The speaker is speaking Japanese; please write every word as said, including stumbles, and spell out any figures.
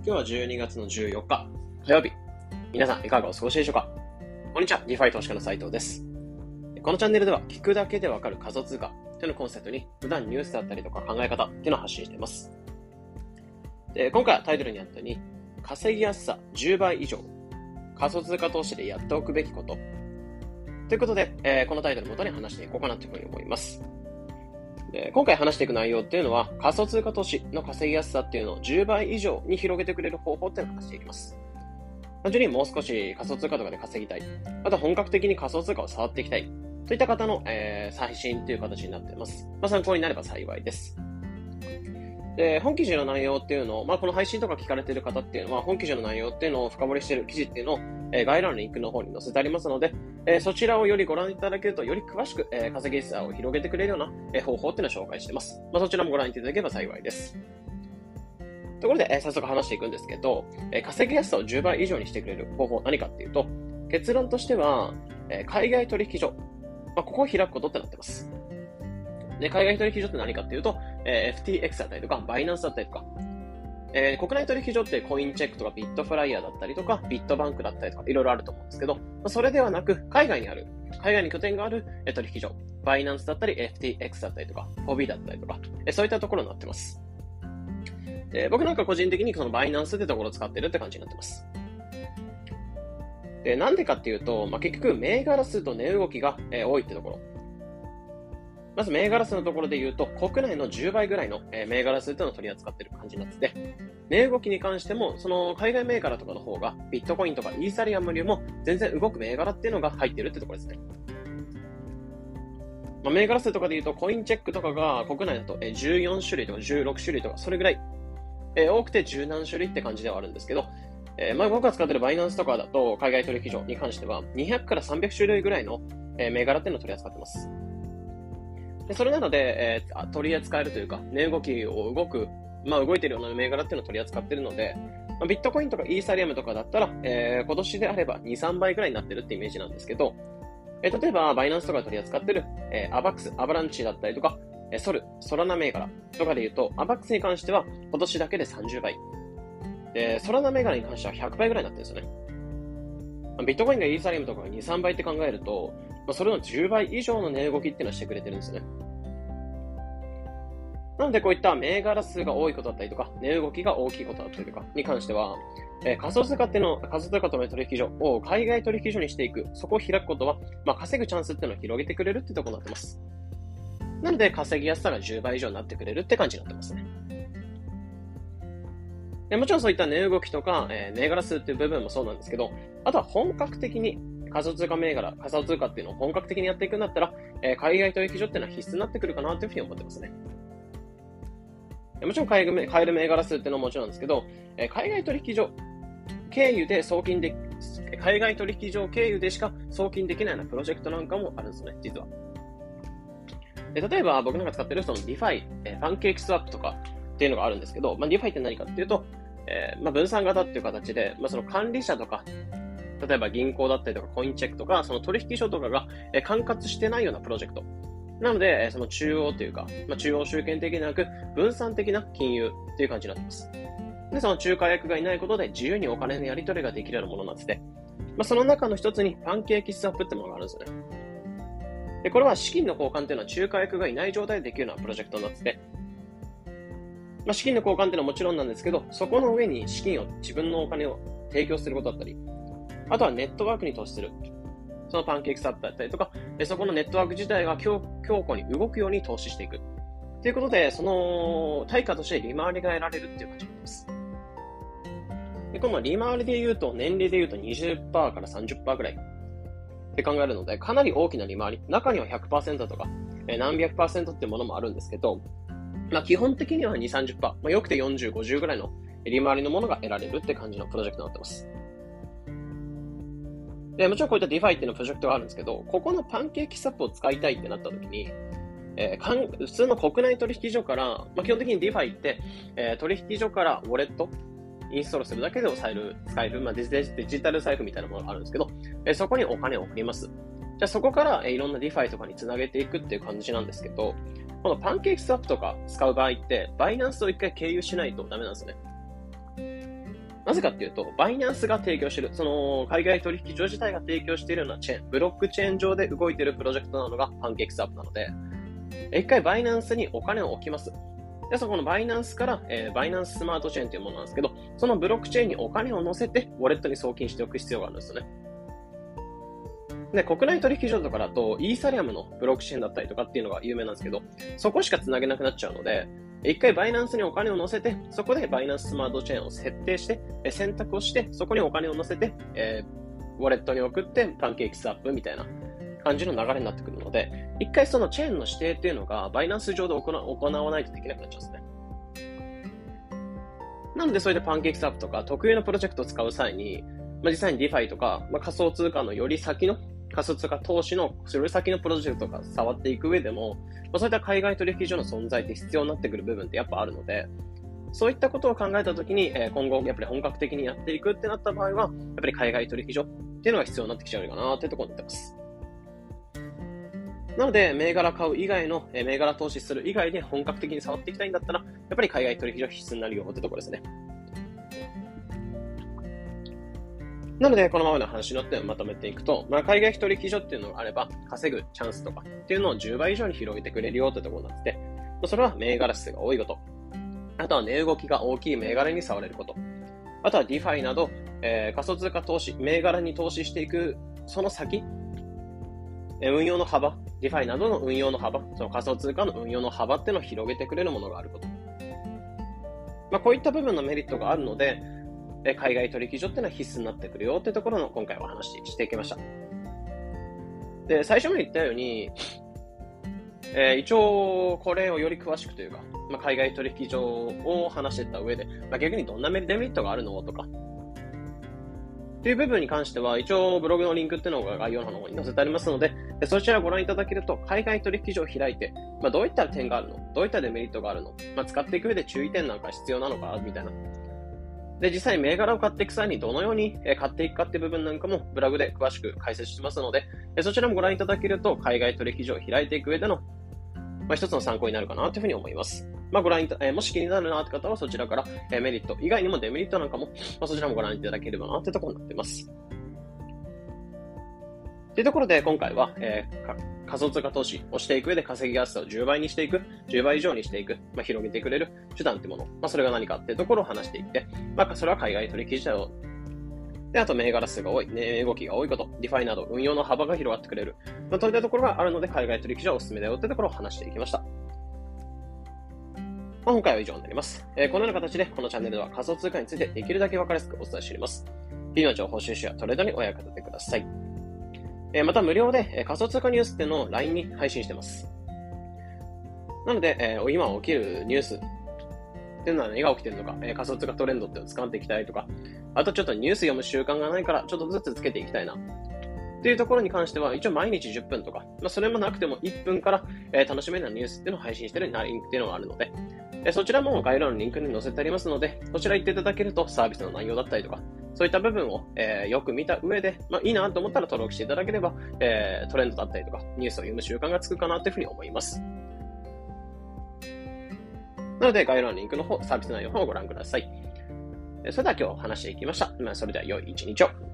今日はじゅうにがつのじゅうよっか火曜日。皆さんいかがお過ごしでしょうか。こんにちは、ディファイ投資家の斉藤です。このチャンネルでは聞くだけでわかる仮想通貨というのコンセプトに普段ニュースだったりとか考え方っていうのを発信しています。で今回はタイトルにあったように稼ぎやすさじゅうばい以上、仮想通貨投資でやっておくべきことということで、えー、このタイトルの元に話していこうかなというふうに思います。で今回話していく内容っていうのは仮想通貨投資の稼ぎやすさっていうのをじゅうばい以上に広げてくれる方法っていうのを話していきます。単純にもう少し仮想通貨とかで稼ぎたい、あとは本格的に仮想通貨を触っていきたいといった方の、えー、配信という形になっています。まあ、参考になれば幸いです。で本記事の内容っていうのを、まあ、この配信とか聞かれている方っていうのは本記事の内容っていうのを深掘りしている記事っていうのを、えー、概要欄のリンクの方に載せてありますので、えー、そちらをよりご覧いただけるとより詳しく、えー、稼ぎやすさを広げてくれるような、えー、方法っていうのを紹介しています。まあ、そちらもご覧いただければ幸いです。ところで、えー、早速話していくんですけど、えー、稼ぎやすさをじゅうばい以上にしてくれる方法何かっていうと、結論としては、えー、海外取引所、まあ、ここを開くことってなってます。で海外取引所って何かっていうと、えー、エフティーエックス だったりとか、バイナンスだったりとか、えー、国内取引所ってコインチェックとかビットフライヤーだったりとか、ビットバンクだったりとか、いろいろあると思うんですけど、それではなく、海外にある、海外に拠点がある取引所、バイナンスだったり、エフティーエックス だったりとか、オービー だったりとか、そういったところになってます。で僕なんか個人的にそのバイナンスってところを使ってるって感じになってます。でなんでかっていうと、まあ、結局、銘柄数と値動きが、えー、多いってところ。まず銘柄数のところで言うと、国内のじゅうばいぐらいの銘柄数というのを取り扱っている感じになってて、値動きに関しても、その海外銘柄とかの方が、ビットコインとかイーサリアムよりも全然動く銘柄っていうのが入っているってところですね。まあ、銘柄数とかで言うと、コインチェックとかが国内だとじゅうよんしゅるいとかじゅうろくしゅるいとか、それぐらい、えー、多くてじゅうなんしゅるいって感じではあるんですけど、えーまあ、僕が使っているバイナンスとかだと、海外取引所に関しては、にひゃくからさんびゃくしゅるいぐらいの銘柄っていうのを取り扱っています。でそれなので、えー、取り扱えるというか、値動きを動く、まあ動いているような銘柄っていうのを取り扱っているので、まあ、ビットコインとかイーサリアムとかだったら、えー、今年であればに、さんばいぐらいになってるってイメージなんですけど、えー、例えばバイナンスとかで取り扱っている、えー、アバックス、アバランチだったりとか、えー、ソル、ソラナ銘柄とかで言うと、アバックスに関しては今年だけでさんじゅうばい。で、ソラナ銘柄に関してはひゃくばいぐらいになってるんですよね。ビットコインがイーサリアムとかがに、さんばいって考えると、まあ、それのじゅうばい以上の値動きっていうのはしてくれてるんですよね。なのでこういった銘柄数が多いことだったりとか、値動きが大きいことだったりとかに関しては、えー、仮想通貨っていうのを、仮想通貨との取引所を海外取引所にしていく、そこを開くことは、まあ、稼ぐチャンスっていうのを広げてくれるってところになってます。なので稼ぎやすさがじゅうばい以上になってくれるって感じになってますね。でもちろんそういった値動きとか、えー、銘柄数っていう部分もそうなんですけど、あとは本格的に仮想通貨銘柄、仮想通貨っていうのを本格的にやっていくんだったら、えー、海外取引所っていうのは必須になってくるかなというふうに思ってますね。もちろん買える銘柄数っていうのももちろんですけど、海外取引所経由で送金で、海外取引所経由でしか送金できないようなプロジェクトなんかもあるんですね、実は。で例えば僕なんか使ってるその DeFi、パンケーキスワップとかっていうのがあるんですけど、まあ、DeFi って何かっていうと、えーまあ、分散型っていう形で、まあ、その管理者とか、例えば銀行だったりとかコインチェックとか、その取引所とかが管轄してないようなプロジェクト。なので、その中央というか、まあ、中央集権的でなく、分散的な金融っていう感じになっています。で、その仲介役がいないことで自由にお金のやり取りができるようなものになってて、まあ、その中の一つにパンケーキスワップってものがあるんですよね。で、これは資金の交換っていうのは仲介役がいない状態でできるようなプロジェクトになってて、まあ、資金の交換っていうのはもちろんなんですけど、そこの上に資金を、自分のお金を提供することだったり、あとはネットワークに投資する。そのパンケーキスワップだったりとか、そこのネットワーク自体が強固に動くように投資していく。ということで、その対価として利回りが得られるっていう感じになります。でこの利回りで言うと、年利で言うと にじゅっパーセント から さんじゅっパーセント ぐらいって考えるので、かなり大きな利回り。中には ひゃくパーセント とか、何百パーセントっていうものもあるんですけど、まあ、基本的にはにじゅう、さんじゅっパーセント、まあ、よくてよんじゅう、ごじゅうぐらいの利回りのものが得られるって感じのプロジェクトになってます。でもちろんこういった DeFi っていうのプロジェクトがあるんですけど、ここのパンケーキスワップを使いたいってなった時に、えー、かん普通の国内取引所から、まあ、基本的に DeFi って、えー、取引所からウォレットインストールするだけで使える、使える、まあ、デジタル財布みたいなものがあるんですけど、えー、そこにお金を送ります。じゃあそこから、えー、いろんな DeFi とかにつなげていくっていう感じなんですけど、このパンケーキスワップとか使う場合って、バイナンスを一回経由しないとダメなんですね。 なぜかっていうと、バイナンスが提供している、その海外取引所自体が提供しているようなチェーン、ブロックチェーン上で動いているプロジェクトなのがパンケーキスワップなので、一回バイナンスにお金を置きます。で、そこのバイナンスから、えー、バイナンススマートチェーンというものなんですけど、そのブロックチェーンにお金を乗せて、ウォレットに送金しておく必要があるんですよね。で、国内取引所とかだと、イーサリアムのブロックチェーンだったりとかっていうのが有名なんですけど、そこしか繋げなくなっちゃうので、一回バイナンスにお金を乗せて、そこでバイナンススマートチェーンを設定して、選択をして、そこにお金を乗せて、えー、ウォレットに送って、パンケーキスワップみたいな感じの流れになってくるので、一回そのチェーンの指定っていうのが、バイナンス上で行わないとできなくなっちゃうんですね。なので、それでパンケーキスワップとか、特有のプロジェクトを使う際に、まあ、実際に DeFi とか、まあ、仮想通貨のより先の、仮想通貨投資のより先のプロジェクトとか触っていく上でも、まあ、そういった海外取引所の存在って必要になってくる部分ってやっぱあるので、そういったことを考えたときに、えー、今後やっぱり本格的にやっていくってなった場合は、やっぱり海外取引所っていうのが必要になってきちゃうかなっていうところになってます。なので、銘柄買う以外の、えー、銘柄投資する以外で本格的に触っていきたいんだったら、やっぱり海外取引所必須になるよってところですね。なので、このままの話によってまとめていくと、まあ、海外取引所っていうのがあれば、稼ぐチャンスとかっていうのをじゅうばい以上に広げてくれるよってところになってて、それは銘柄数が多いこと。あとは値動きが大きい銘柄に触れること。あとは DeFi など、えー、仮想通貨投資、銘柄に投資していく、その先、えー、運用の幅、DeFi などの運用の幅、その仮想通貨の運用の幅っていうのを広げてくれるものがあること。まあ、こういった部分のメリットがあるので、海外取引所っていうのは必須になってくるよってところの今回は話していきました。で、最初に言ったように、えー、一応これをより詳しくというか、まあ、海外取引所を話していった上で、まあ、逆にどんなデメリットがあるのとか、っていう部分に関しては、一応ブログのリンクっていうのが概要欄の方に載せてありますので、でそちらをご覧いただけると、海外取引所を開いて、まあ、どういった点があるの、どういったデメリットがあるの、まあ、使っていく上で注意点なんか必要なのか、みたいな。で、実際に銘柄を買っていく際にどのように買っていくかっていう部分なんかもブログで詳しく解説してますので、そちらもご覧いただけると海外取引所を開いていく上での、まあ、一つの参考になるかなというふうに思います。まあ、ご覧いた、えー、もし気になるなって方はそちらから、えー、メリット以外にもデメリットなんかも、まあ、そちらもご覧いただければなってところになっています。というところで今回は、えー仮想通貨投資をしていく上で稼ぎやすさをじゅうばいにしていく、じゅうばい以上にしていく、まあ、広げてくれる手段ってもの、まあ、それが何かっていうところを話していって、まあ、それは海外取引所で、あと銘柄数が多い、値動きが多いこと、DeFi など運用の幅が広がってくれる、まあ、そういったところがあるので海外取引所はおすすめだよってところを話していきました。まあ、今回は以上になります、えー。このような形でこのチャンネルでは仮想通貨についてできるだけ分かりやすくお伝えしております。日々の情報収集やトレードにお役立てください。また無料で仮想通貨ニュースっていうのを ライン に配信してます。なので、えー、今起きるニュースっていうのは何が起きてるのか、えー、仮想通貨トレンドっていうのを掴んでいきたいとか、あとちょっとニュース読む習慣がないからちょっとずつつけていきたいなっていうところに関しては一応毎日じゅっぷんとか、まあ、それもなくてもいっぷんから、えー、楽しめるようなニュースっていうのを配信してる ライン っていうのがあるので、えー、そちらも概要欄のリンクに載せてありますので、そちら行っていただけるとサービスの内容だったりとか、そういった部分を、えー、よく見た上で、まあ、いいなと思ったら登録していただければ、えー、トレンドだったりとか、ニュースを読む習慣がつくかなというふうに思います。なので、概要欄のリンクの方、サービス内容の方をご覧ください。それでは今日話していきました。それでは良い一日を。